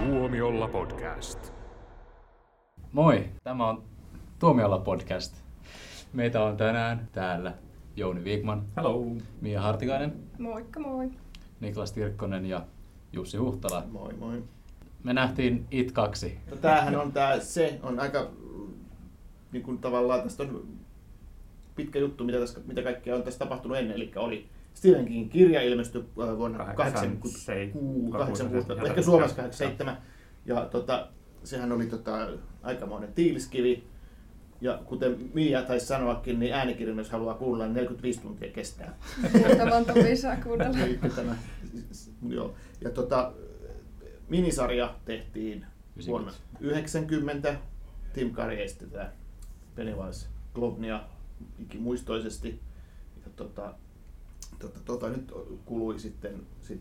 Tuomiolla podcast. Moi, tämä on Tuomiolla podcast. Meitä on tänään täällä Jouni Viikman, Hello. Mia Hartikainen, Moikka moi. Niklas Tirkkonen ja Jussi Huhtala. Moi moi. Me nähtiin It 2. No tämähän on se on aika niin kuin tavallaan tästä on pitkä juttu, mitä kaikkea on tässä tapahtunut ennen, eli oli Stephen Kingin kirja ilmestyi vuonna 1986, ehkä Suomessa 87, ja sehän oli aikamoinen tiiliskivi, ja kuten Mia taisi sanoakin, niin äänikirjan, jos haluaa kuulla, niin 45 tuntia kestää. Muutaman tunnin saa kuunnella. Joo. Ja minisarja tehtiin vuonna 1990. Tim Curry estetään Pennywise Globnia ikimuistoisesti. Ja nyt kului sitten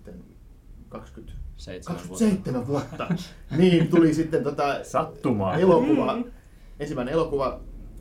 27 vuotta. Niin tuli sitten sattumaa. Elokuva, ensimmäinen elokuva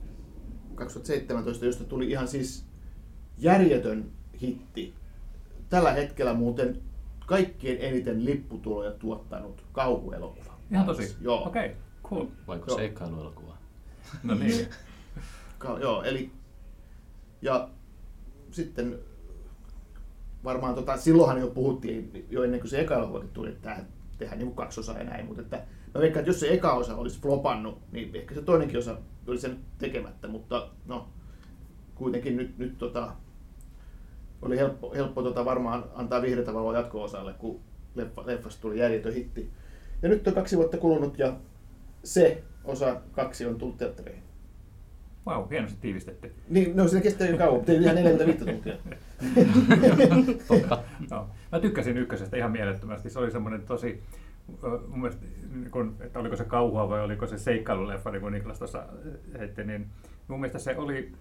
2017, josta tuli ihan siis järjetön hitti. Tällä hetkellä muuten kaikkien eniten lipputuloja tuottanut kauhuelokuva. Ihan tosi? Joo. Okei, cool. Vaikka seikkailuelokuva? No niin. Joo, eli ja sitten varmaan silloinhan jo puhuttiin jo ennen kuin se eka elokuva tuli, että tähän tehdään niin kuin kaksosa ja näin, mutta mä veikkaan, että jos se eka osa olisi flopannut, niin ehkä se toinenkin osa oli sen tekemättä, mutta no kuitenkin nyt oli helppo varmaan antaa vihreätä valoa jatko-osalle, kun leffasta tuli järjetön hitti. Ja nyt on 2 vuotta kulunut ja se osa 2 on tullut teattereihin. Vau, hienosti tiivistetty. Niin, no siinä kestää jo kauan, mutta ei ihan 45 tuntia. Totta. No, mä tykkäsin ykkösestä ihan mielettömästi. Se oli semmoinen tosi, mun mielestä, että oliko se kauhua vai oliko se seikkailuleffa, niin kuin Niklas tuossa heitti, niin mun mielestä se oli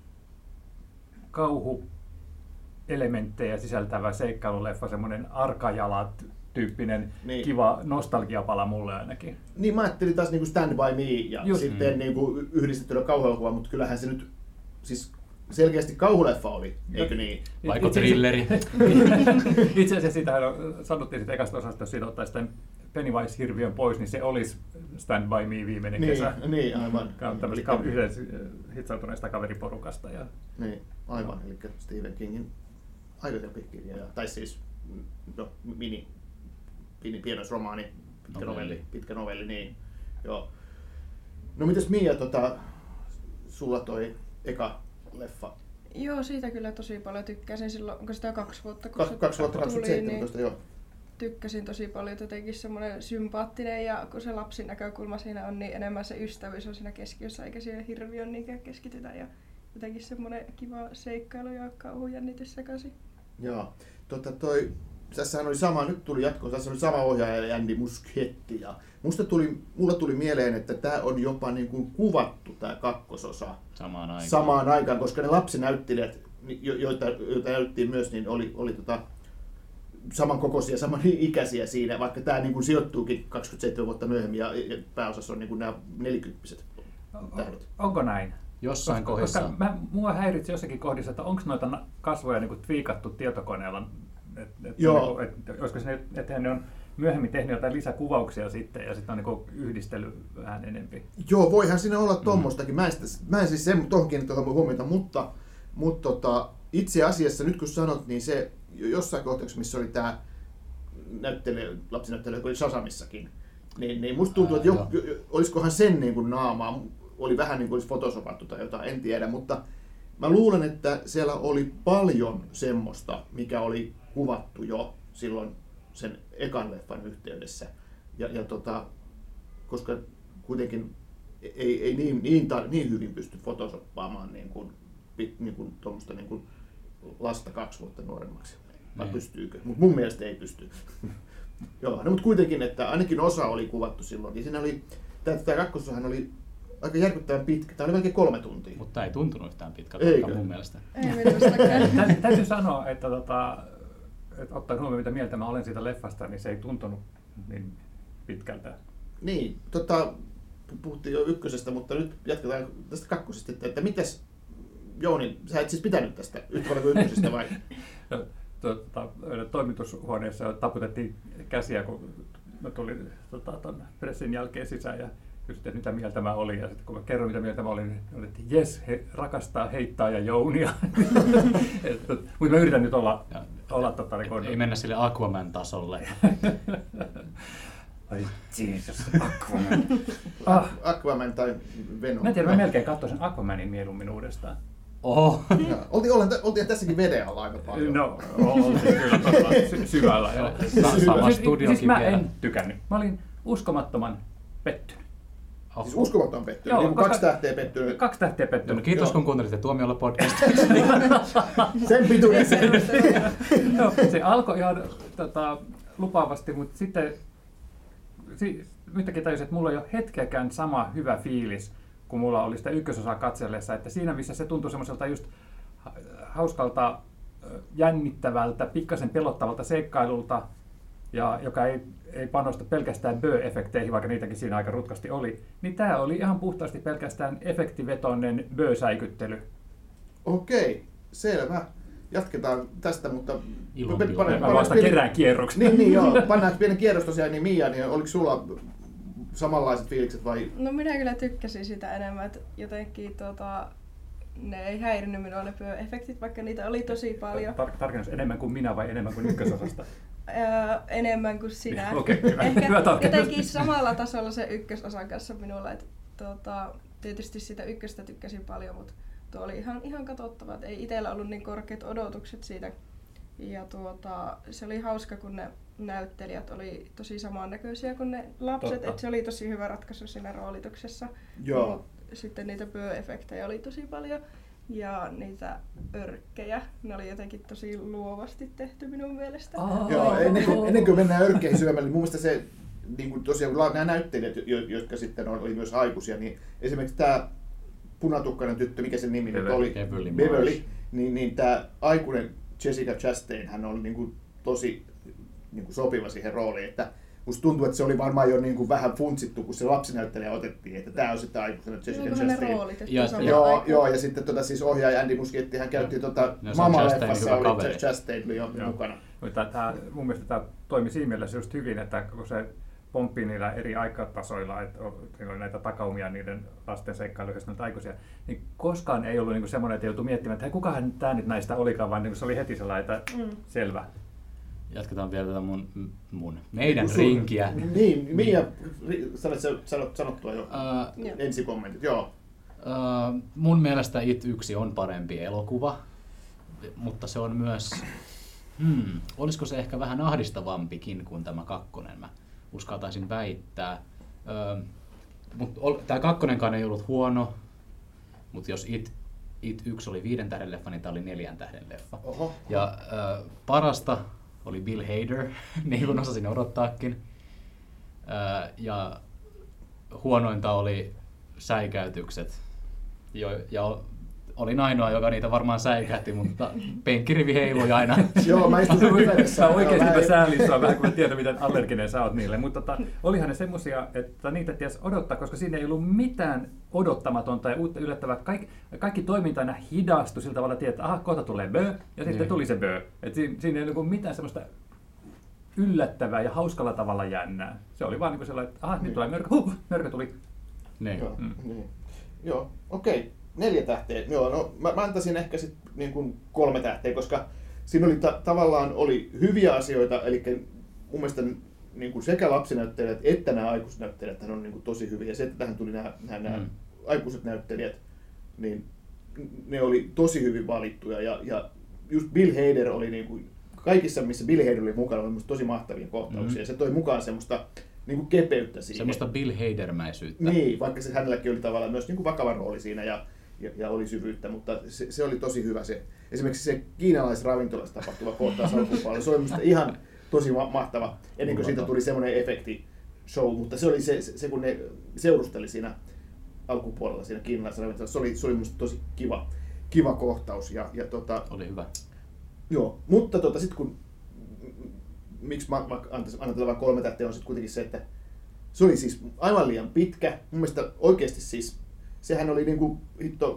kauhuelementtejä sisältävä seikkailuleffa, semmoinen arkajalat-tyyppinen niin. Kiva nostalgiapala mulle ainakin. Niin mä ajattelin taas niin kuin Stand By Me ja just. Sitten niin kuin yhdistettynä kauhuelokuva, mutta kyllähän se nyt siis selkeästi kauhuleffa oli, eikö niin? Vaikka thrilleri. Itse asiassa sitähän sanottiin siitä ekasta osasta, jos siitä ottaisi tämän Pennywise-hirviön pois, niin se olisi Stand By Me viimeinen kesä. Niin, aivan. Tämmöistä yhdessä hitsautuneesta kaveriporukasta. Ja... Niin, aivan. Eli Stephen Kingin aikatempikirja, tai siis pienoisromaani, pitkä novelli, niin joo. No mitäs Mia, sulla toi eka leffa? Joo, siitä kyllä tosi paljon tykkäsin silloin, onko sitä 2 vuotta, kun 2 vuotta 2017, niin joo. Tykkäsin tosi paljon, jotenkin semmoinen sympaattinen ja kun se lapsin näkökulma siinä on, niin enemmän se ystävyys on siinä keskiössä, eikä siihen hirviön niinkään keskitytä ja jotenkin semmoinen kiva seikkailu ja kauhujännitys sekaisin. Joo, tässähän oli sama, nyt tuli jatko, tässä oli sama ohjaaja Andy Muschietti ja mulla tuli mieleen, että tämä on jopa niin kuin kuvattu tämä kakkososa samaan aikaan, koska ne lapsinäyttelijät, joita näyttiin myös, niin oli samankokoisia, samanikäisiä siinä, vaikka tämä niin kuin sijoittuukin 27 vuotta myöhemmin ja pääosassa on niin kuin nämä 40-vuotiaat tähdet. Onko näin? Jossain kohdassa. Mua häiritsi jossakin kohdissa, että onko noita kasvoja niin kuin twiikattu tietokoneella, olisiko se, että ne on myöhemmin tehnyt jotain lisäkuvauksia sitten ja sitten on niin yhdistellyt vähän enempi. Joo, voihan siinä olla tommostakin. Mä en siis sen tuohon kiinnittää huomiota, mutta itse asiassa nyt kun sanot, niin se jossain kohtauksessa, missä oli tämä lapsinäyttelijä, joka oli Shazamissakin, niin musta tuntuu, että olisikohan sen niin kuin naamaa, oli vähän niin kuin olisi photosopattu tai jotain, en tiedä, mutta mä luulen, että siellä oli paljon semmoista, mikä oli kuvattu jo silloin sen ekan leffan yhteydessä. Koska kuitenkin ei niin hyvin pysty photosoppaamaan niin kuin tuommoista niin kuin lasta 2 vuotta nuoremmaksi. Vai pystyykö? Mutta mun mielestä ei pysty. Joo, no, mutta kuitenkin, että ainakin osa oli kuvattu silloin. Ja siinä oli, tämä kakkososahan oli aika järkyttävän pitkä. Tämä oli melkein 3 tuntia. Mutta ei tuntunut yhtään pitkältä mun mielestä. Ei minustakaan. Täytyy sanoa, että ottaen huomioon mitä mieltä mä olen siitä leffasta, niin se ei tuntunut niin pitkältä. Niin, puhuttiin jo ykkösestä, mutta nyt jatketaan tästä kakkosesta, että mitäs Jouni, sä et siis pitänyt tästä ykkösestä vai? Toimitushuoneessa taputettiin käsiä, kun mä tulin ton pressin jälkeen sisään ja kysyttiin, että mitä mieltä mä olin. Ja sitten kun mä kerroin, mitä mieltä mä olin, niin oli, että jes, he rakastaa heittää ja Jounia. Mutta mä yritän nyt olla ei mennä sille Aquaman-tasolle. Ai Jesus, Aquaman. Aquaman tai Venom. Mä en tiedä, mä melkein katsoisin Aquamanin mieluummin uudestaan. Oho. Oltiin tässäkin veden alla aika paljon. No, oltiin kyllä syvällä. Sama studiokin siis mä vielä. en tykännyt. Mä olin uskomattoman pettynyt. Siis uskomattoman pettynyt. Joo, niin 2 tähteä pettynyt. 2 tähteä pettynyt. No, kiitos Joo. kun kuuntelitte Tuomiolla podcast. Sen pituinen se. No, se alkoi ihan lupaavasti, mutta sitten yhtäkkiä tajusin, että mulla ei ole hetkeäkään sama hyvä fiilis, kun mulla oli sitä ykkösosaa katsellessa, että siinä missä se tuntui semmoiselta just hauskalta, jännittävältä, pikkasen pelottavalta seikkailulta, ja joka ei panosta pelkästään bö-efekteihin, vaikka niitäkin siinä aika rutkasti oli, niin tämä oli ihan puhtaasti pelkästään efektivetoinen bö-säikyttely. Okei, selvä. Jatketaan tästä, mutta Mä vasta kerään kierroksen. Niin joo. Pannaan pienen kierros tosiaan, niin Mia, niin oliko sulla samanlaiset fiilikset vai? No minä kyllä tykkäsin sitä enemmän, että jotenkin ne ei häirinyt minua ne efektit, vaikka niitä oli tosi paljon. Tarkennus, enemmän kuin minä vai enemmän kuin ykkösosasta? Enemmän kuin sinä. Okei, hyvä. Ehkä Hyvä tarkennus. jotenkin samalla tasolla se ykkösosan kanssa minulla. Että, tietysti sitä ykköstä tykkäsin paljon, mutta tuo oli ihan katsottava. Että ei itsellä ollut niin korkeat odotukset siitä. Ja se oli hauska, kun ne näyttelijät oli tosi samannäköisiä kuin ne lapset. Että se oli tosi hyvä ratkaisu siinä roolituksessa. Joo. Sitten niitä pöö-efektejä oli tosi paljon. Ja niitä örkkejä, ne oli jotenkin tosi luovasti tehty minun mielestä. Joo, ennen kuin mennään örkkeihin syömällä, niin mun mielestä se, niin kuin tosiaan nämä näyttelijät, jotka sitten oli myös aikuisia, niin esimerkiksi tämä punatukkainen tyttö, mikä sen nimi nyt oli? Beverly. Niin tämä aikuinen Jessica Chastain, hän oli niin kuin tosi niin kuin sopiva siihen rooliin, että musta tuntuu, että se oli varmaan jo niin kuin vähän funtsittu, kun se lapsinäyttelijä otettiin, että tämä on sitten aikuisena Jessica Chastain. Joo, ja sitten siis ohjaaja Andy Muschietti, hän käytti Mama-leffassa oli Chastain mukana. Mun mielestä tämä toimi siinä mielessä just hyvin, että kun se pomppii niillä eri aikatasoilla, että oli näitä takaumia niiden lasten seikkailuja, näitä aikuisia, niin koskaan ei ollut semmoinen, että joutui miettimään, että hei, kukahan tämä nyt näistä olikaan, vaan se oli heti sellainen, että selvä. Jatketaan vielä tätä meidän rinkiä. Niin, Mia, sanottua jo ensikommentit, joo. Mun mielestä It 1 on parempi elokuva, mutta se on myös, olisiko se ehkä vähän ahdistavampikin kuin tämä 2, mä uskaltaisin väittää. Tämä 2 ei ollut huono, mutta jos It 1 oli 5 tähden leffa, niin tämä oli 4 tähden leffa. Oho. Ja parasta oli Bill Hader, niin kuin osasin odottaakin. Ja huonointa oli säikäytykset. Ja olin ainoa, joka niitä varmaan säikähti, mutta penkkirivi heilui aina. Joo, mä istun yhdessä. Oikeasti säälin sua vähän, kun mä tiedän, miten allerginen sä oot niille. Mutta olihan ne semmosia, että niitä ties odottaa, koska siinä ei ollut mitään odottamatonta ja uutta yllättävää. Kaikki toiminta aina hidastui sillä tavalla, että aha, kohta tulee bö, ja sitten tuli se bö. Et siinä ei ollut mitään semmoista yllättävää ja hauskalla tavalla jännää. Se oli vaan niin sellainen, että aha, nyt tulee mörkö, mörkö tuli. Joo, okei. 4 tähteä. Joo, no mä antaisin ehkä sit niin kuin 3 tähteä, koska siinä oli tavallaan oli hyviä asioita, eli mun mielestä niin kuin sekä lapsinäyttelijät että nämä aikuisnäyttelijät on niin kuin tosi hyviä. Ja se, että tähän tuli nämä aikuiset näyttelijät, niin ne oli tosi hyvin valittuja. Ja just Bill Hader oli niin kuin, kaikissa, missä Bill Hader oli mukana, oli tosi mahtavia kohtauksia. Se toi mukaan semmoista niin kuin kepeyttä siihen. Semmoista Bill Hader-mäisyyttä. Niin, vaikka se hänelläkin oli tavallaan myös niin kuin vakava rooli siinä ja oli syvyyttä, mutta se oli tosi hyvä se. Esimerkiksi se kiinalaisravintolassa tapahtuva kohtaus alkupuolella, se oli minusta ihan tosi mahtava, ennen kuin siitä tuli semmoinen efektishow, mutta se oli se kun ne seurusteli siinä alkupuolella siinä kiinalaisravintolassa, se oli minusta tosi kiva kohtaus. Oli hyvä. Joo, mutta sitten kun, miksi mä annan vain 3 tähteä, on sitten kuitenkin se, että se oli siis aivan liian pitkä. Mun mielestä oikeasti siis sehän oli niinku hitto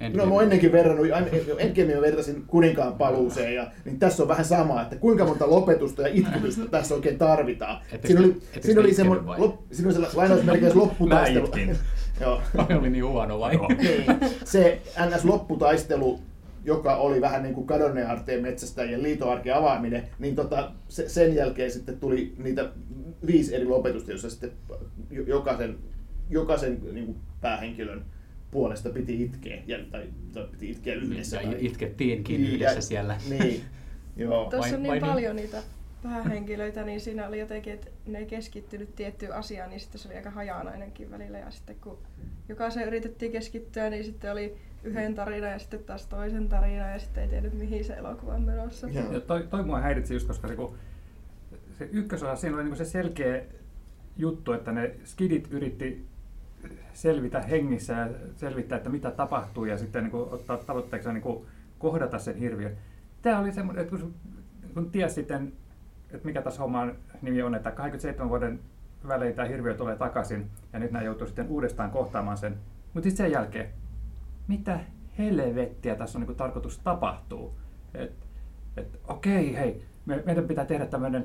No mä oon ennenkin verrannut, Endgamea vertasin Kuninkaan paluuseen, niin tässä on vähän sama, että kuinka monta lopetusta ja itkytystä tässä oikein tarvitaan. Siinä oli semmoinen lainausmerkeissä lopputaistelu. Mä itkin. Joo. Oli niin huono vai? Se NS-lopputaistelu, joka oli vähän niin kuin kadonneen aarteen metsästäjien liitoarkin avaaminen, niin sen jälkeen sitten tuli niitä 5 eri lopetusta, joissa sitten jokaisen niin kuin päähenkilön puolesta piti itkeä, tai piti itkeä yhdessä. Ja itkettiinkin yhdessä siellä. Niin, joo. Tuossa on niin paljon niitä päähenkilöitä, niin siinä oli jotenkin, että ne ei keskittynyt tiettyyn asiaan, niin sitten se oli aika hajanainenkin välillä. Ja sitten kun jokaisen yritettiin keskittyä, niin sitten oli yhden tarina ja sitten taas toisen tarina ja sitten ei tiedä mihin se elokuva on menossa. Ja toi mua häiritsi just, koska se ykkösosa, siinä oli niinku se selkeä juttu, että ne skidit yritti selvitä hengissä ja selvittää, että mitä tapahtuu ja sitten niinku ottaa tavoitteeksi niinku kohdata sen hirviön. Tämä oli semmoinen, että kun tiesi sitten, että mikä tässä homman nimi on, että 27 vuoden välein tämä hirviö tulee takaisin ja nyt nämä joutuu sitten uudestaan kohtaamaan sen. Mutta sitten sen jälkeen, mitä helvettiä tässä on niinku tarkoitus tapahtuu? Okei, hei, meidän pitää tehdä tämmöinen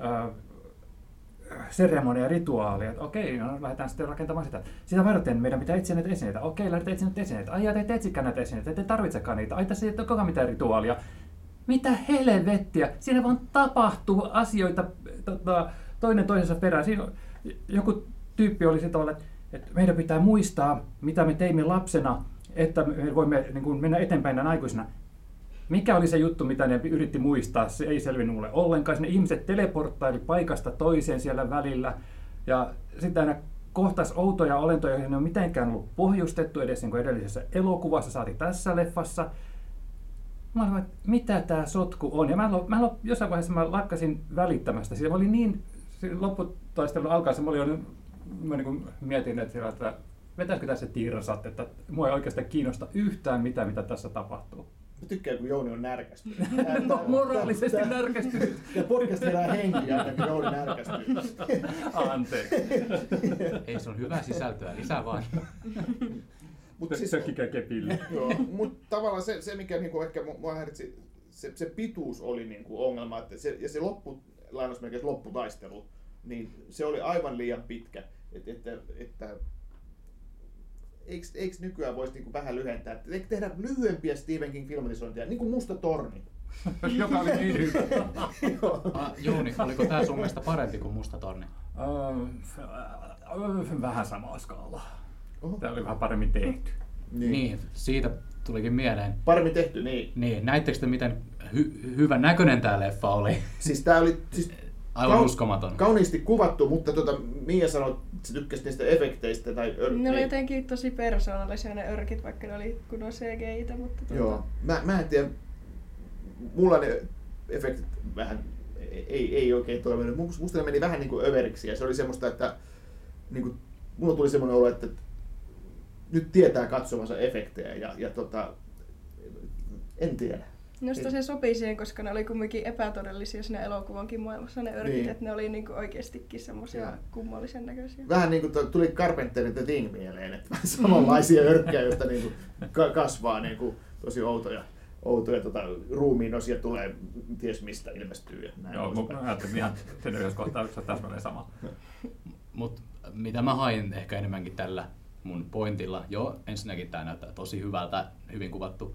seremonia ja rituaali, että okei, no lähdetään sitten rakentamaan sitä. Sitä varten meidän pitää etsiä näitä esineitä. Okei, lähdetään etsiä näitä esineitä. Ai, te ette etsikään näitä esineitä, te tarvitsekaan niitä. Ai, tässä ei ole koko mitään rituaalia. Mitä helvettiä? Siinä vaan tapahtuu asioita toinen toisensa perään. Siinä joku tyyppi oli se tavalla, että meidän pitää muistaa, mitä me teimme lapsena, että me voimme niin kuin mennä eteenpäin näin aikuisena. Mikä oli se juttu, mitä ne yritti muistaa? Se ei selvinnyt mulle ollenkaan. Ne ihmiset teleporttaili paikasta toiseen siellä välillä. Ja sitten aina kohtas outoja olentoja, joihin ne on mitenkään ollut pohjustettu edes niin kuin edellisessä elokuvassa, saati tässä leffassa. Mä olin, että mitä tämä sotku on? Ja jossain vaiheessa mä lakkasin välittämästä. Siinä oli niin, lopputaistelun alkaessa mä niin mietin, että vetäisikö tässä tirsat, että mua ei oikeastaan kiinnosta yhtään mitä tässä tapahtuu. Mä tykkään, kun Jouni on närkästynyt. No, moraalisesti närkästynyt. Ja podcast herää henkiä, kun Jouni närkästyy. Anteeksi. Ei, se on hyvää sisältöä, lisää vaan. Sökkikää kepille. Mutta tavallaan se mikä niinku ehkä mua häiritsi, se pituus oli niinku ongelma, että se lopputaistelu, niin se oli aivan liian pitkä. Että eikö nykyään voisi niinku vähän lyhentää, että eikö tehdä lyhyempiä Stephen King-filmatisointia, niin kuin Musta torni. Joka oli niin hyvä. Jouni, oliko tämä sun mielestä parempi kuin Musta torni? Vähän samaa skaalaa. Tämä oli vähän paremmin tehty. Niin, siitä tulikin mieleen. Paremmin tehty, niin. Niin, näittekö te miten hyvän näköinen tämä leffa oli? Siis tämä oli aivan uskomaton. Kauniisti kuvattu, mutta Mia sanoi, että se tykkäsi niistä efekteistä. Ne oli jotenkin tosi persoonallisia ne örkit, vaikka ne oli kunnon CGI-tä. Mutta joo, mä en tiedä, mulla ne efektit vähän ei oikein toiminut. Musta ne meni vähän niin kuin överiksi ja se oli semmoista, että niin kuin, mulla tuli semmoinen olo, että nyt tietää katsovansa efektejä ja en tiedä. Minusta se sopii siihen, koska ne oli kumminkin epätodellisia siinä elokuvankin maailmassa ne örkit, niin. Että ne oli niinku oikeastikin semmoisia kummallisen näköisiä. Vähän niin kuin tuli Carpenterin The Thing mieleen, että samanlaisia örkkejä, joista niinku kasvaa niinku tosi outoja ruumiin osia tulee ties mistä ilmestyy. Ja näin. Joo, mä ajattelin ihan sen yhdessä kohtauksessa täsmälleen sama. Mut mitä mä hain ehkä enemmänkin tällä mun pointilla, joo, ensinnäkin tää näyttää tosi hyvältä, hyvin kuvattu,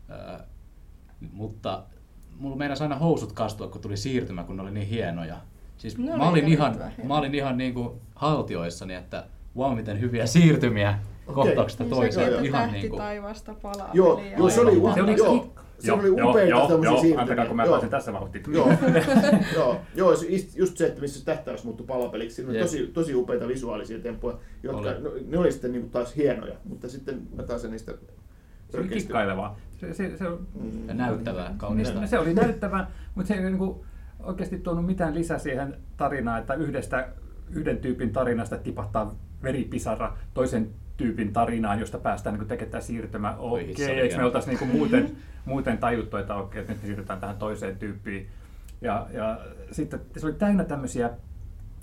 mutta mulla meinasi aina housut kastua, kun tuli siirtymä, kun ne oli niin hienoja. Siis mä olin ihan niinku haltioissani, että wow, miten hyviä siirtymiä kohtauksesta toiseen. Niin ihan tähti niinku taivaasta palaa. Joo, se oli upeita tämmöisiä siirtymiä. Antakaa, kun mä pääsin tässä vauhtiin. Joo, just se, että missä tähtäys muuttui palapeliksi. Siinä oli tosi upeita visuaalisia temppuja, jotka ne oli sitten niinku taas hienoja, mutta sitten mä taas niistä se oli kikkailevaa. Ja näyttävää, kaunista. Se oli näyttävää, mutta se ei niinku oikeasti tuonut mitään lisää siihen tarinaan, että yhden tyypin tarinasta tipahtaa veripisara toisen tyypin tarinaan, josta päästään niin tekemään siirtymä. Okei, eikö me oltaisiin niin muuten tajuttu, että okei, että nyt siirrytään tähän toiseen tyyppiin. Ja sitten se oli täynnä tämmöisiä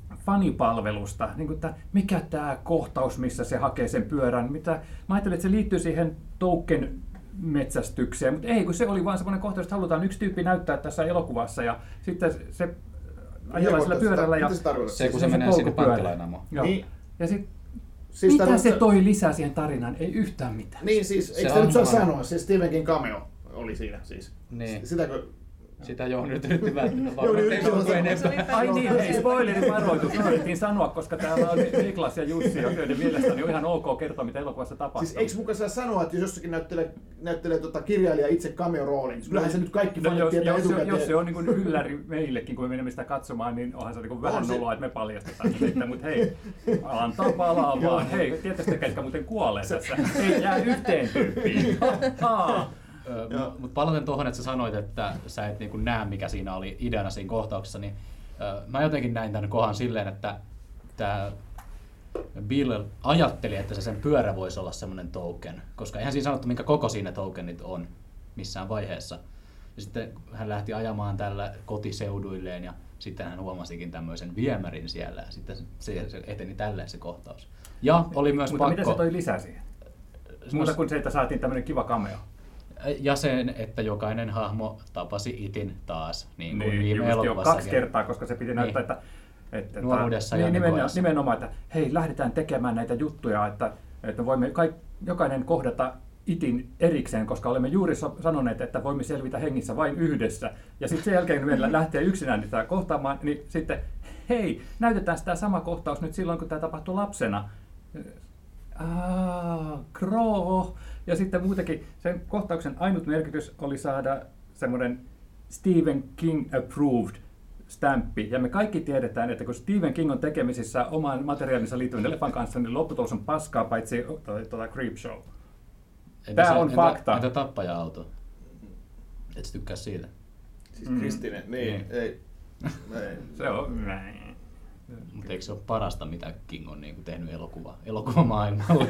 fanipalvelusta, niin kuin, että mikä tämä kohtaus, missä se hakee sen pyörän. Mä ajattelin, että se liittyy siihen token-metsästykseen, mutta ei, kun se oli vaan semmoinen kohtaus, että halutaan yksi tyyppi näyttää tässä elokuvassa ja sitten se ajellaan sillä pyörällä. Ja se kun se menee sinne pankkilainaamaan. Niin. Ja siis mitä se toi lisää siihen tarinaan? Ei yhtään mitään. Niin siis, eikö sitä nyt saa sanoa? Se Stephen King cameo oli siinä siis. Niin. Sitäkö... Sitä jo nyt yrittivät varmaan enempää. Ai niin, hei, spoilerin varoitus yritettiin sanoa, koska täällä on Niklas ja Jussi, joiden mielestäni on ihan ok kertoa, mitä elokuvassa tapahtuu. Siis eikö mukaan saa sanoa, että jos jossakin näyttelee kirjailija itse cameo-roolin, niin kyllähän se nyt kaikki fanit tietää etukäteen. Jos se on niin kuin ylläri meillekin, kun me menemme sitä katsomaan, niin onhan se niin vähän noloa, että me paljastetaan sitä, mutta hei, antaa palaa vaan. Hei, tietysti ketkä muuten kuolee tässä. Ei jää yhteen tyyppiin. Mutta palaten tuohon, että sä sanoit, että sä et niin kuin näe, mikä siinä oli ideana siinä kohtauksessa, niin mä jotenkin näin tämän kohan silleen, että tämä Bill ajatteli, että se sen pyörä voisi olla semmoinen token, koska eihän siinä sanottu, minkä koko siinä tokenit on missään vaiheessa. Ja sitten hän lähti ajamaan tällä kotiseuduilleen ja sitten hän huomasikin tämmöisen viemärin siellä ja sitten se eteni tälleen se kohtaus. Ja oli myös mutta mitä se toi lisää siihen? Muuta kuin se, että saatiin tämmöinen kiva cameo. Ja sen, että jokainen hahmo tapasi Itin taas, niin kuin viime elokuvassakin. 2 kertaa, koska se piti näyttää, että nuoruudessa ja nimenomaan, että hei, lähdetään tekemään näitä juttuja, että voimme jokainen kohdata Itin erikseen, koska olemme juuri sanoneet, että voimme selvitä hengissä vain yhdessä. Ja sitten sen jälkeen, kun meillä lähtee yksinään sitä kohtaamaan, niin sitten hei, näytetään sitä sama kohtaus nyt silloin, kun tämä tapahtui lapsena. Kroo. Ja sitten muutenkin sen kohtauksen ainut merkitys oli saada semmoinen Stephen King approved stamppi. Ja me kaikki tiedetään, että kun Stephen King on tekemisissä oman materiaalinsa liittyen leffan kanssa, niin lopputulos on paskaa, paitsi Creepshow. Tämä on fakta. Entä Tappaja-auto? Et sä tykkää siitä? Siis Kristinen, niin. Ei. Se on näin. Mutta eikö se ole parasta, mitä King on niin tehnyt elokuvamaailmalle?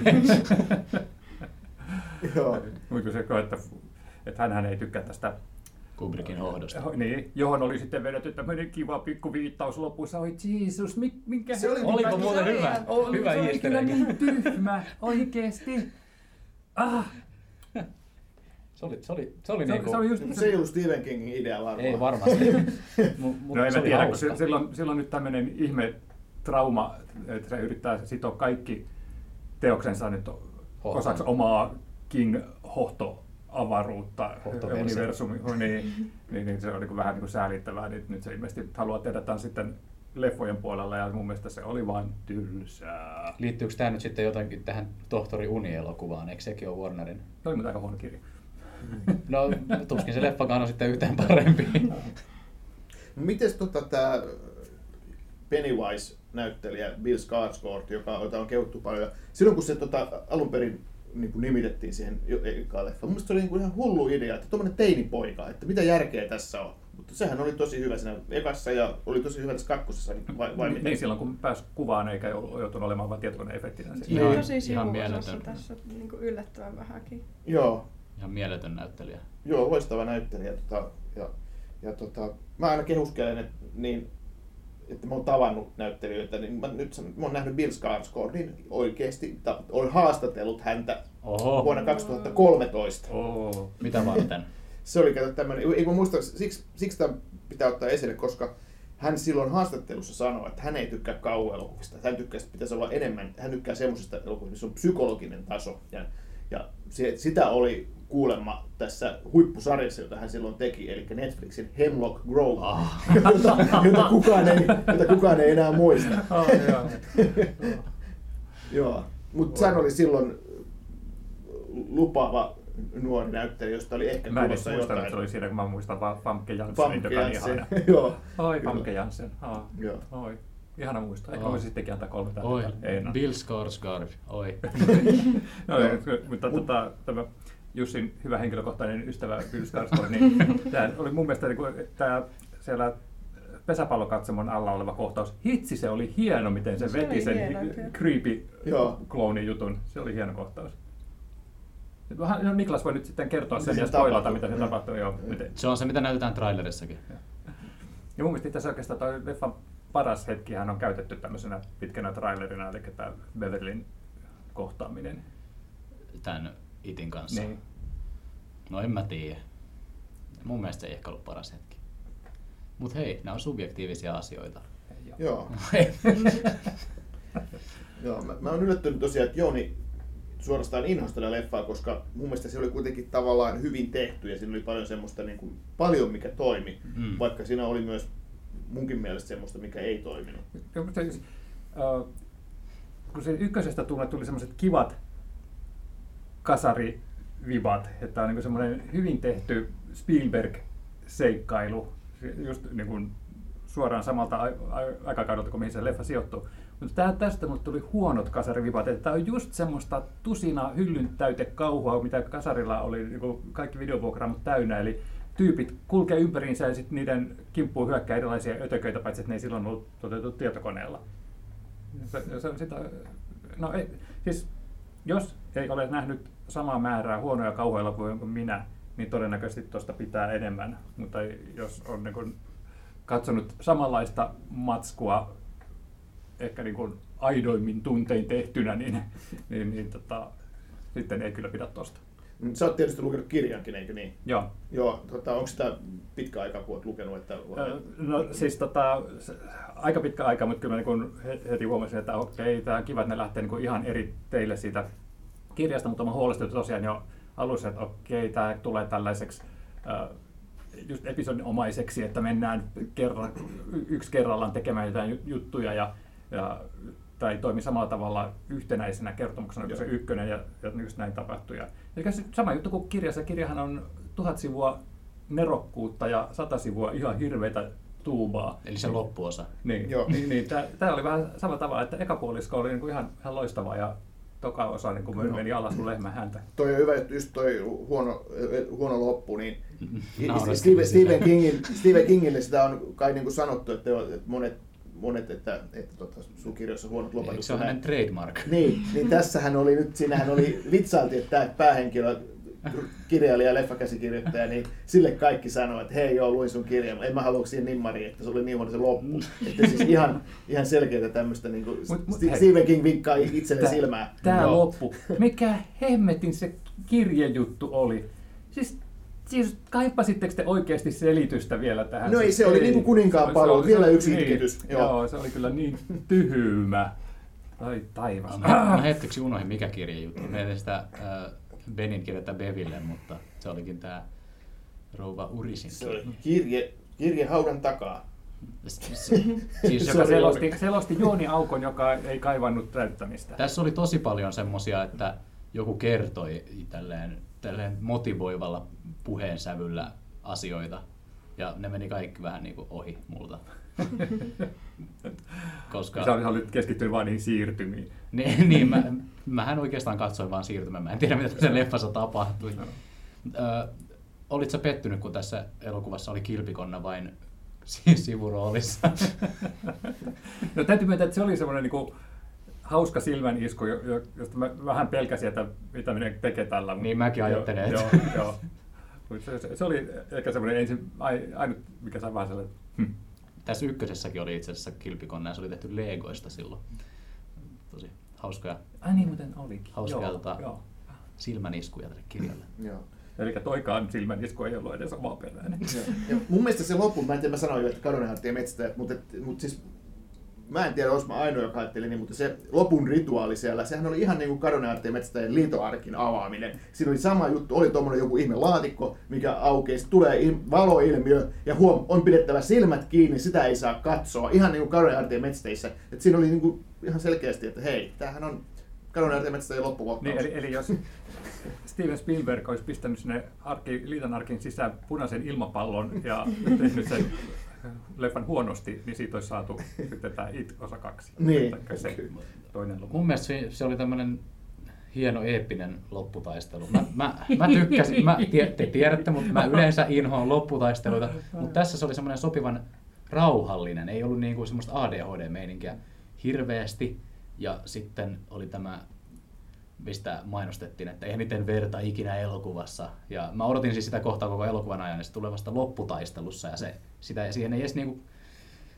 Joo. Mutta se, että hänhän ei tykkää tästä Kubrickin hohdosta. Niin, johon oli sitten vedetty tämmöinen kiva pikku viittaus lopussa. Oi Jeesus, minkä... Se oli oliko muuten hyvä? Hyvä se oli kyllä niin tyhmä, oikeesti. Se oli niinku... Se ei ollut Stephen Kingin idea varmaan. Ei varmasti. No en mä tiedä, kun silloin nyt tämmöinen ihme trauma, että se yrittää sitoa kaikki teoksensa nyt osaksi omaa King-hohtoavaruutta, universumia, niin se on niin vähän niin kuin säälittävää. Nyt se ilmeisesti haluaa tehdä tämän sitten leffojen puolella ja mun mielestä se oli vain tylsää. Liittyykö tämä nyt sitten jotenkin tähän Tohtori Uni-elokuvaan? Eikö sekin ole Warnerin? Se oli mutta aika huono kirja. No tuskin se leffakaan on sitten yhtään parempi. Mites tämä Pennywise-näyttelijä Bill Skarsgård, jota on kehuttu paljon, silloin kun se alun perin niin nimitettiin siihen ekaan leffaan, mun mielestä se oli ihan hullu idea, että tuommoinen teinipoika, että mitä järkeä tässä on. Mutta sehän oli tosi hyvä siinä ekassa ja oli tosi hyvä tässä kakkosessa. Niin silloin kun pääsi kuvaan eikä joutunut olemaan vain tietokoneefektinä. Niin, tosi sivuosassa tässä niin yllättävän vähänkin. Joo. Ihan mieletön näyttelijä. Joo, loistava näyttelijä. Mä aina kehuskelen, että mä oon tavannut näyttelijöitä, niin mä oon nähnyt Bill Skarsgårdin oikeesti, olen haastatellut häntä vuonna 2013. Mitä varten? Se oli tämmöinen, ei mä muista, siksi tämä pitää ottaa esille, koska hän silloin haastattelussa sanoi, että hän ei tykkää kauhuelokuvista. Hän tykkää, että pitäisi olla enemmän, hän tykkää semmoisista elokuvista, missä on psykologinen taso. Ja sitä oli kuulemma tässä huippusarjassa, jota hän silloin teki, eli Netflixin Hemlock Grove, jota kukaan ei enää muista. Joo, mutta hän oli silloin lupaava nuori näyttelijä, josta oli ehkä tulossa jotain. Mä en muista, että se oli siinä, kun mä muistan vaan Famke Janssenin, joka on ihana. Oi, Famke Janssen. Oi. Ihana muistaa. Ehkä voisi sittenkin antaa 3 tähteä. Oi, Bill Skarsgård. Oi. Mutta tämä Jussin hyvä henkilökohtainen ystävä Bill Skarsgård, niin tämä oli mun mielestä tämä siellä pesäpallokatsomon alla oleva kohtaus. Hitsi, se oli hieno, miten se veti sen creepy clownin jutun. Se oli hieno kohtaus. Niklas voi nyt sitten kertoa sen ja spoilata, mitä se tapahtuu. Se on se, mitä näytetään trailerissakin. Ja mun mielestä tässä oikeastaan toi leffa paras hetkihän on käytetty tämmöisenä pitkänä trailerina, eli tämä Beverlyn kohtaaminen. Tän Itin kanssa. Niin. No en mä tiedä. Mun mielestä se ei ehkä ollut paras hetki. Mut hei, nämä on subjektiivisia asioita. Joo. Joo, mä oon yllättynyt tosiaan, että Jouni suorastaan inhosi tätä leffaa, koska mun mielestä se oli kuitenkin tavallaan hyvin tehty ja siinä oli paljon semmoista, niin kuin, paljon mikä toimi, vaikka siinä oli myös munkin mielestä semmoista, mikä ei toiminut. Kun se ykkösestä tuli semmoiset kivat kasarivibat, että on niin semmoinen hyvin tehty Spielberg-seikkailu, just niin kuin suoraan samalta aikakaudelta kuin mihin se leffa sijoittuu. Mutta tästä mulle tuli huonot kasarivipat, että tämä on just semmoista tusina hyllyn täyte kauhua, mitä kasarilla oli niin kuin kaikki videovuokraamot täynnä, eli tyypit kulkee ympäriinsä ja sitten niiden kimppuun hyökkää erilaisia ötököitä, paitsi että ne ei silloin ollut toteutettu tietokoneella. Se on sitä, no ei, siis jos ei ole nähnyt samaa määrää huonoja kauhuelokuvia kuin minä, niin todennäköisesti tuosta pitää enemmän, mutta jos on niin kuin katsonut samanlaista matskua ehkä niin kuin aidoimmin tuntein tehtynä, niin sitten ei kyllä pidä tuosta. Sä oot tietysti lukenut kirjankin, eikö niin? Joo. Joo, onko sitä pitkä aika, kun oot lukenut? Että... No siis aika pitkä aika, mutta kyllä niin heti huomasin, että okei, tämä on kiva, että ne lähtee niin ihan eri teille siitä kirjasta, mutta mä huolestunut tosiaan jo alussa, että okei, tämä tulee tällaiseksi just episodinomaiseksi, että mennään yksi kerrallaan tekemään jotain juttuja tai toimi samalla tavalla yhtenäisenä kertomuksena kuin se ykkönen ja just näin tapahtui. Eli sama juttu kuin kirjassa. Kirjahan on 1000 sivua nerokkuutta ja 100 sivua ihan hirveitä tuubaa. Eli se loppuosa. Niin, tämä oli vähän samalla tavalla, että eka puolisko oli niin kuin ihan loistava ja toka osa niin kuin meni alas kuin lehmän häntä. Toi on hyvä, että just toi huono loppu, niin Stephen Kingille sitä on kai niin kuin sanottu, että monet että sun kirjoissa huonot lopetukset. Eikö se ole hänen trademark? Niin tässähän oli nyt, siinähän oli vitsailtiin, että tämä päähenkilö, kirjailija ja leffakäsikirjoittaja, niin sille kaikki sanoo, että hei joo, luin sun kirjan, en mä halua siihen nimmariin, että se oli niin huono se loppu. Että siis ihan selkeää tämmöistä, niin kuin Stephen King vinkkaa itselle silmää. Tämä loppu, mikä hemmetin se kirjejuttu oli. Siis kaipasitteko te oikeasti selitystä vielä tähän? No ei, se oli niin kuin kuninkaan palvelu, vielä yksi itkitys. Joo, se oli kyllä niin tyhmä. Ai taivas. Mä hetkeksi unohdin, mikä kirjejuttu. Mietin sitä Benin kirjoittaa Beville, mutta se olikin tämä rouva Urisin. Se oli kirje haudan takaa. Siis joka selosti Jooni aukon, joka ei kaivannut täyttämistä. Tässä oli tosi paljon semmosia, että joku kertoi tälleen motivoivalla puheensävyllä asioita. Ja ne meni kaikki vähän niin kuin ohi multa. Koska... Sä olit keskittynyt vain niihin siirtymiin. niin, mähän oikeastaan katsoin vaan siirtymään. Mä en tiedä, mitä tässä leffassa tapahtui. No. Olit sä pettynyt, kun tässä elokuvassa oli kilpikonna vain sivuroolissa? No täytyy myöntää, että se oli semmoinen niin kuin hauska silmänisku, josta mä vähän pelkäsin, että mitä minä tekee tällä. Niin mäkin ajattelen. Joo. Se oli ehkä semmoinen ainut, mikä sai vähän sellainen. Tässä ykkösessäkin oli itse asiassa kilpikonna ja se oli tehty Legoista silloin. Tosi hauskoja. Ai niin muuten olikin. Hauskoja silmäniskuja tälle kirjalle. Joo. Eli toikaan silmänisku ei ollut edes omaperäinen. Mun mielestä se loppu, mä en tiedä, mä sanoin jo, että Kadonenharttien metsästäjät, mutta siis mä en tiedä, olis mä ainoa, joka ajatteli niin, mutta se lopun rituaali siellä, sehän oli ihan niin kuin Kadonenharttien metsästäjien liitoarkin avaaminen. Siinä oli sama juttu, oli tommonen joku ihme laatikko, mikä aukeaa, tulee valoilmiö ja on pidettävä silmät kiinni, sitä ei saa katsoa. Ihan niin kuin Kadonenharttien metsästäjissä. Et siinä oli niin kuin ihan selkeästi, että hei, tämähän on Kadonenharttien metsästäjien loppukohtaus. Niin, eli jos Steven Spielberg olisi pistänyt sinne liiton arkin sisään punaisen ilmapallon ja tehnyt sen leffan huonosti, niin siitä olisi saatu sitten tämä It osa 2. Niin. Se toinen loppu. Mun mielestä se oli tämmöinen hieno eeppinen lopputaistelu. Mä tykkäsin, te tiedätte, mutta mä yleensä inhoan lopputaisteluita, mutta tässä se oli semmoinen sopivan rauhallinen, ei ollut niinku semmoista ADHD-meininkiä hirveästi. Ja sitten oli tämä, mistä mainostettiin, että eniten verta ikinä elokuvassa. Ja mä odotin siis sitä kohtaa koko elokuvan ajan, ja se tulee vasta lopputaistelussa, ja siihen ei edes niinku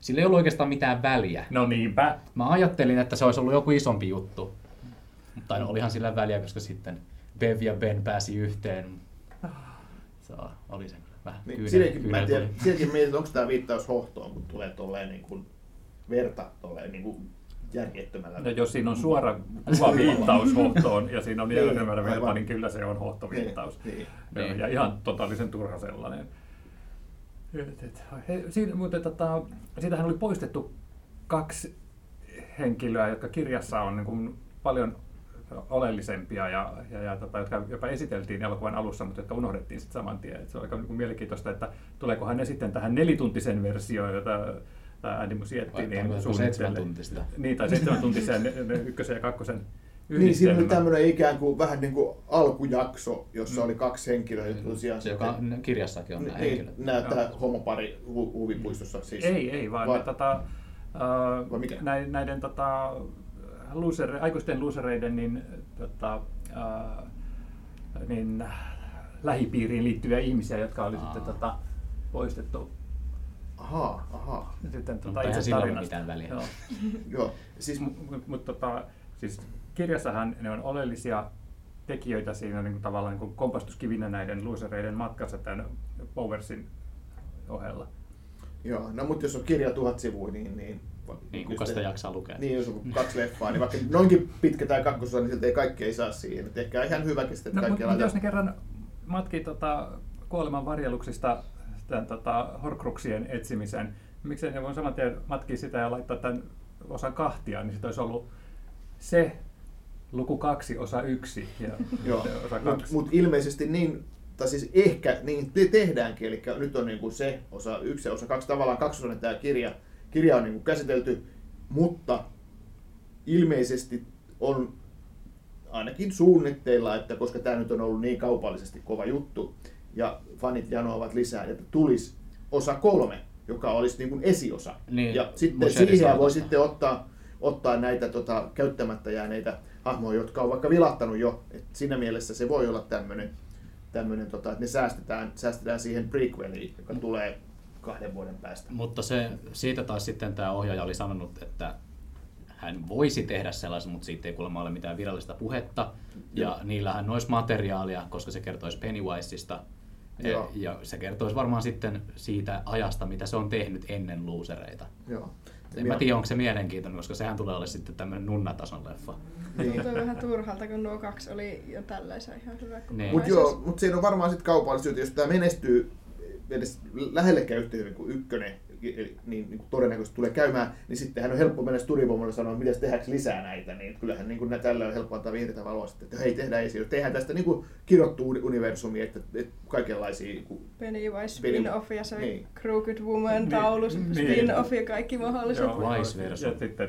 sillä ei ollut oikeastaan mitään väliä. No niinpä. Mä ajattelin, että se olisi ollut joku isompi juttu. Mutta no, olihan sillä väliä, koska sitten Bev ja Ben pääsi yhteen. Se oli se vähän niin, siinäkin mietin, onko tämä viittaus hohtoon, kun tulee tolleen niin kuin verta tolleen niin kuin järjettömällä. No, jos siinä on suora kuvaviittaus hohtoon ja siinä on järjettömällä verta, niin kyllä se on hohtoviittaus. Niin. Ja ihan totaalisen turha sellainen. Siitähän oli poistettu 2 henkilöä, jotka kirjassa on niin kuin paljon oleellisempia jotka jopa esiteltiin elokuvan alussa, mutta jotka unohdettiin sitten saman tien. Et se on aika niin kuin mielenkiitoista, että tuleekohan ne sitten tähän 4-tuntisen versioon, jota Andy Muschietti niin suunnittelee. Niin, tai 7-tuntisen 1. ja 2. Niin, siinä oli tämmöinen ikään kuin vähän niin kuin alkujakso, jossa oli 2 henkilöä, jotka tosiaan... Se, joka kirjassakin on nämä henkilöt. Näyttää homopari huvipuistossa siis. Ei vaan näiden aikuisten losereiden niin lähipiiriin liittyviä ihmisiä, jotka oli sitten poistettu. Ahaa. Sitten eihän sillä ole mitään väliä. Joo. Siis kirjassahan ne on oleellisia tekijöitä siinä niin kuin tavallaan niin kuin kompastuskivinä näiden losereiden matkassa tämän Powersin ohella. Joo, no mutta jos on kirja 1000 sivua, niin kuka sitä jaksaa lukea? Niin, jos on 2 leffaa, niin vaikka noinkin pitkä tai 2 niin siltä ei kaikki ei saa siihen. Et ehkä ihan hyväkin sitten, että kaikki mutta jos ne kerran matkii kuoleman varjeluksista tämän horcruxien etsimisen, miksei ne voi saman tien matkia sitä ja laittaa tämän osan 2, niin sitten olisi ollut se luku 2, osa 1 ja osa 2. Mutta ilmeisesti niin, tai siis ehkä niin tehdäänkin, eli nyt on niinku se osa 1 ja osa 2, tavallaan 2-osainen tämä kirja on niinku käsitelty, mutta ilmeisesti on ainakin suunnitteilla, että koska tämä nyt on ollut niin kaupallisesti kova juttu ja fanit janoavat lisää, että tulisi osa 3, joka olisi niin kuin esiosa. Niin, ja sitten siihen voi sitten ottaa näitä käyttämättä jääneitä hahmoja, jotka on vaikka vilahtanut jo. Et siinä mielessä se voi olla tämmöinen että ne säästetään siihen prequeliin, joka tulee 2 vuoden päästä. Mutta siitä taas sitten tämä ohjaaja oli sanonut, että hän voisi tehdä sellaisen, mutta siitä ei kuulemma ole mitään virallista puhetta. Ja niillähän olisi materiaalia, koska se kertoisi Pennywiseista. Ja se kertoisi varmaan sitten siitä ajasta, mitä se on tehnyt ennen losereita. En mä tiedä, onko se mielenkiintoinen, koska sehän tulee olla sitten tämmöinen nunnatason leffa. Tuntuu vähän turhalta, kun nuo 2 oli jo tällaisen ihan hyvä. Mutta siinä on varmaan sitten kaupallisuutta, jos tämä menestyy edes lähellekään yhtä hyvin kuin 1, niin todennäköisesti tulee käymään, niin sittenhän on helppo mennä studiovoimalle sanoa, että mitäs tehdäänkö lisää näitä, niin kyllähän niin tällä on helppo antaa vihreätä valoa sitten, että hei, tehdään esiin. Tehdään tästä niin kirjoittu universumia, että kaikenlaisia... Pennywise spin-off ja se Crooked Woman taulu spin-off ja kaikki mahdolliset. Vice versa. Ja sitten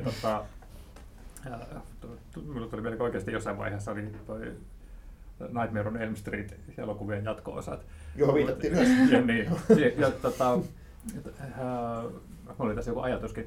minulle tuli vielä oikeasti jossain vaiheessa oli toi Nightmare on Elm Street -elokuvien jatko-osat. Joo, viitattiin myös. Mulla oli tässä joku ajatuskin.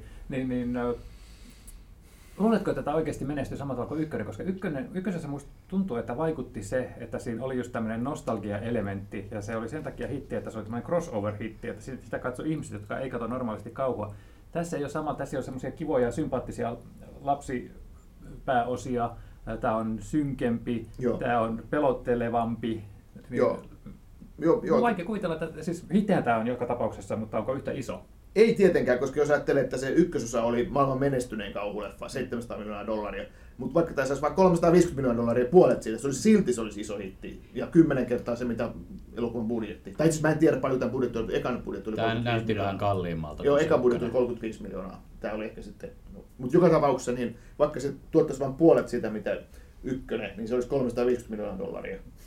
Luuletko, että tämä oikeasti menestyy samalla tavalla kuin 1, koska ykkösessä musta tuntuu, että vaikutti se, että siinä oli just tämmöinen nostalgia-elementti, ja se oli sen takia hitti, että se oli tämmöinen crossover-hitti, että sitä katsoi ihmiset, jotka ei katso normaalisti kauhua. Tässä ei ole sama, tässä ei ole semmoisia kivoja, sympaattisia lapsipääosia, tämä on synkempi, tämä on pelottelevampi. Joo. On vaikea kuvitella, että siis hittihän tämä on joka tapauksessa, mutta onko yhtä iso? Ei tietenkään, koska jos ajattelee, että se ykkösosa oli maailman menestynein kauhuleffa, $700 miljoonaa, mutta vaikka tämä saisi vain $350 miljoonaa puolet siitä, se olisi iso hitti. Ja 10 kertaa se, mitä elokuvan budjetti. Tai itse mä en tiedä paljon tämän budjetti oli, ekan budjetti oli 35 miljoonaa. Tämä näytti vähän kalliimmalta. Joo, ekan budjetti oli 35 miljoonaa. Tämä oli ehkä sitten... Mutta joka tapauksessa, niin vaikka se tuottaisi vain puolet siitä, mitä 1, niin se olisi $350 miljoonaa.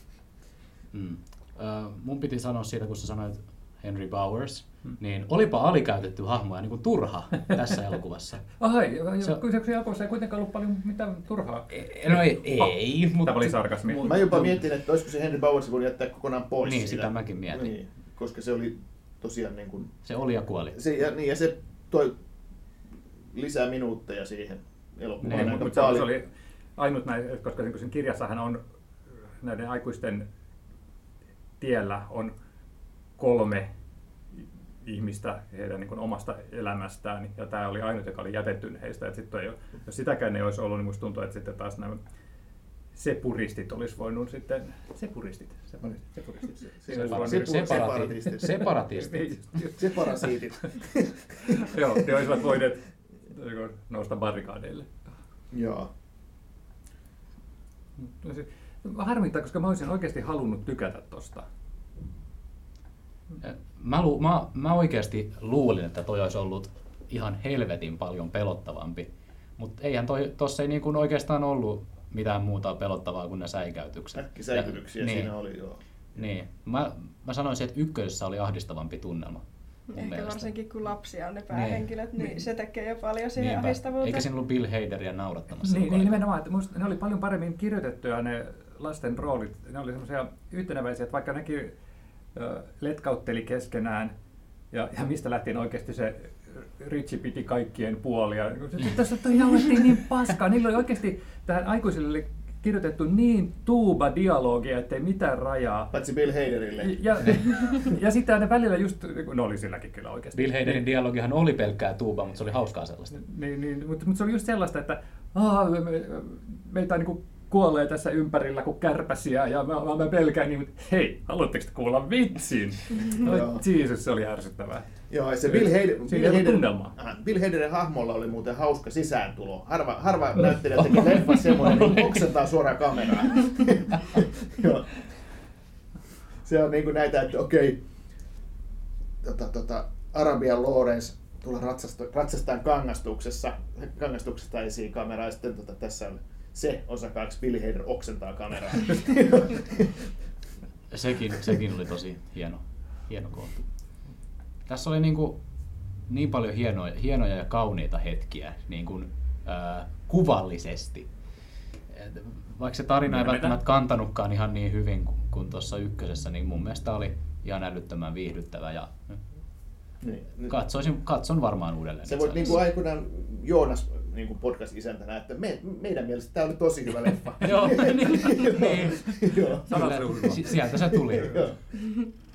Mun piti sanoa siitä, kun sä sanoit Henry Bowers, niin olipa alikäytetty hahmo ja niin kuin turha tässä elokuvassa. Se elokuvassa ei kuitenkaan ollut paljon mitään turhaa. No ei mutta... Tämä oli sarkasmi. Mä jopa mietin, että olisiko se Henry Bowers voinut jättää kokonaan pois. Niin, sitä mäkin mietin. Niin, koska se oli tosiaan niin kuin... Se oli ja kuoli. Ja se toi lisää minuutteja siihen elokuvaan. Niin, mutta se oli ainut näin, koska sen kirjassahan on näiden aikuisten tiellä on 3 ihmistä heidän niin kuin omasta elämästään, ja tämä oli ainut, joka oli jätetty heistä. Et sitten jos sitäkään ei olisi ollut, niin musta tuntuu, että sitten taas nämä sepuristit olisi voinut sitten... Separatistit. Separasiitit. Joo, ne olisivat voineet nousta barrikaadeille. Joo. Harmittaa, koska mä olisin oikeasti halunnut tykätä tosta. Mä oikeasti luulin, että toi olisi ollut ihan helvetin paljon pelottavampi, mutta eihän tossa ei niin kuin oikeastaan ollut mitään muuta pelottavaa kuin ne säikäytykset. Äkkisäikytyksiä siinä oli, joo. Niin. Mä sanoisin, että ykkösessä oli ahdistavampi tunnelma. Ehkä varsinkin kun lapsia on ne päähenkilöt, niin se tekee jo paljon siihen Niinpä. ahdistavuuteen. Eikä siinä ollut Bill Haderia naurattamassa. Niin nimenomaan, että musta ne oli paljon paremmin kirjoitettuja ne lasten roolit. Ne oli semmoisia yhtenäväisiä, että vaikka nekin letkautteli keskenään ja mistä lähtien oikeasti se Richie piti kaikkien puolia. Tässä jauhettiin niin paskaa. Niillä oli oikeasti tähän aikuisille kirjoitettu niin tuuba-dialogia, ettei mitään rajaa. Paitsi Bill Haderille. Ja sitten ne välillä just, no oli silläkin kyllä oikeasti. Bill Haderin dialogihan oli pelkkää tuuba, mutta se oli hauskaa sellaista. Mutta se oli just sellaista, että meitä on niin kuolee tässä ympärillä kuin kärpäsiä ja mä pelkään niin, mutta hei, haluatteko te kuulla vitsin? Jeesus, se oli ärsyttävää. Joo, se Bill Haderin hahmolla oli muuten hauska sisääntulo. Harva näyttelijä teki leffa semmoinen, niin oksentaa suoraan kameraan. Se on niin kuin näitä, että okei, Arabian Lawrence tulla ratsastaan kangastuksesta esiin kameraa, ja sitten tässä on se osa 2, Bill Hader oksentaa kameraa. Sekin oli tosi hieno kohta. Tässä oli niin paljon hienoja ja kauniita hetkiä kuvallisesti. Vaikka se tarina ei välttämättä kantanutkaan ihan niin hyvin kuin tuossa ykkösessä, niin mun mielestä oli ihan älyttömän viihdyttävä ja katson varmaan uudelleen. Se voit niin aikoinaan Joonas niin podcast-isäntänä, että meidän mielestä tämä oli tosi hyvä leffa. Joo, niin. Sieltä se tuli.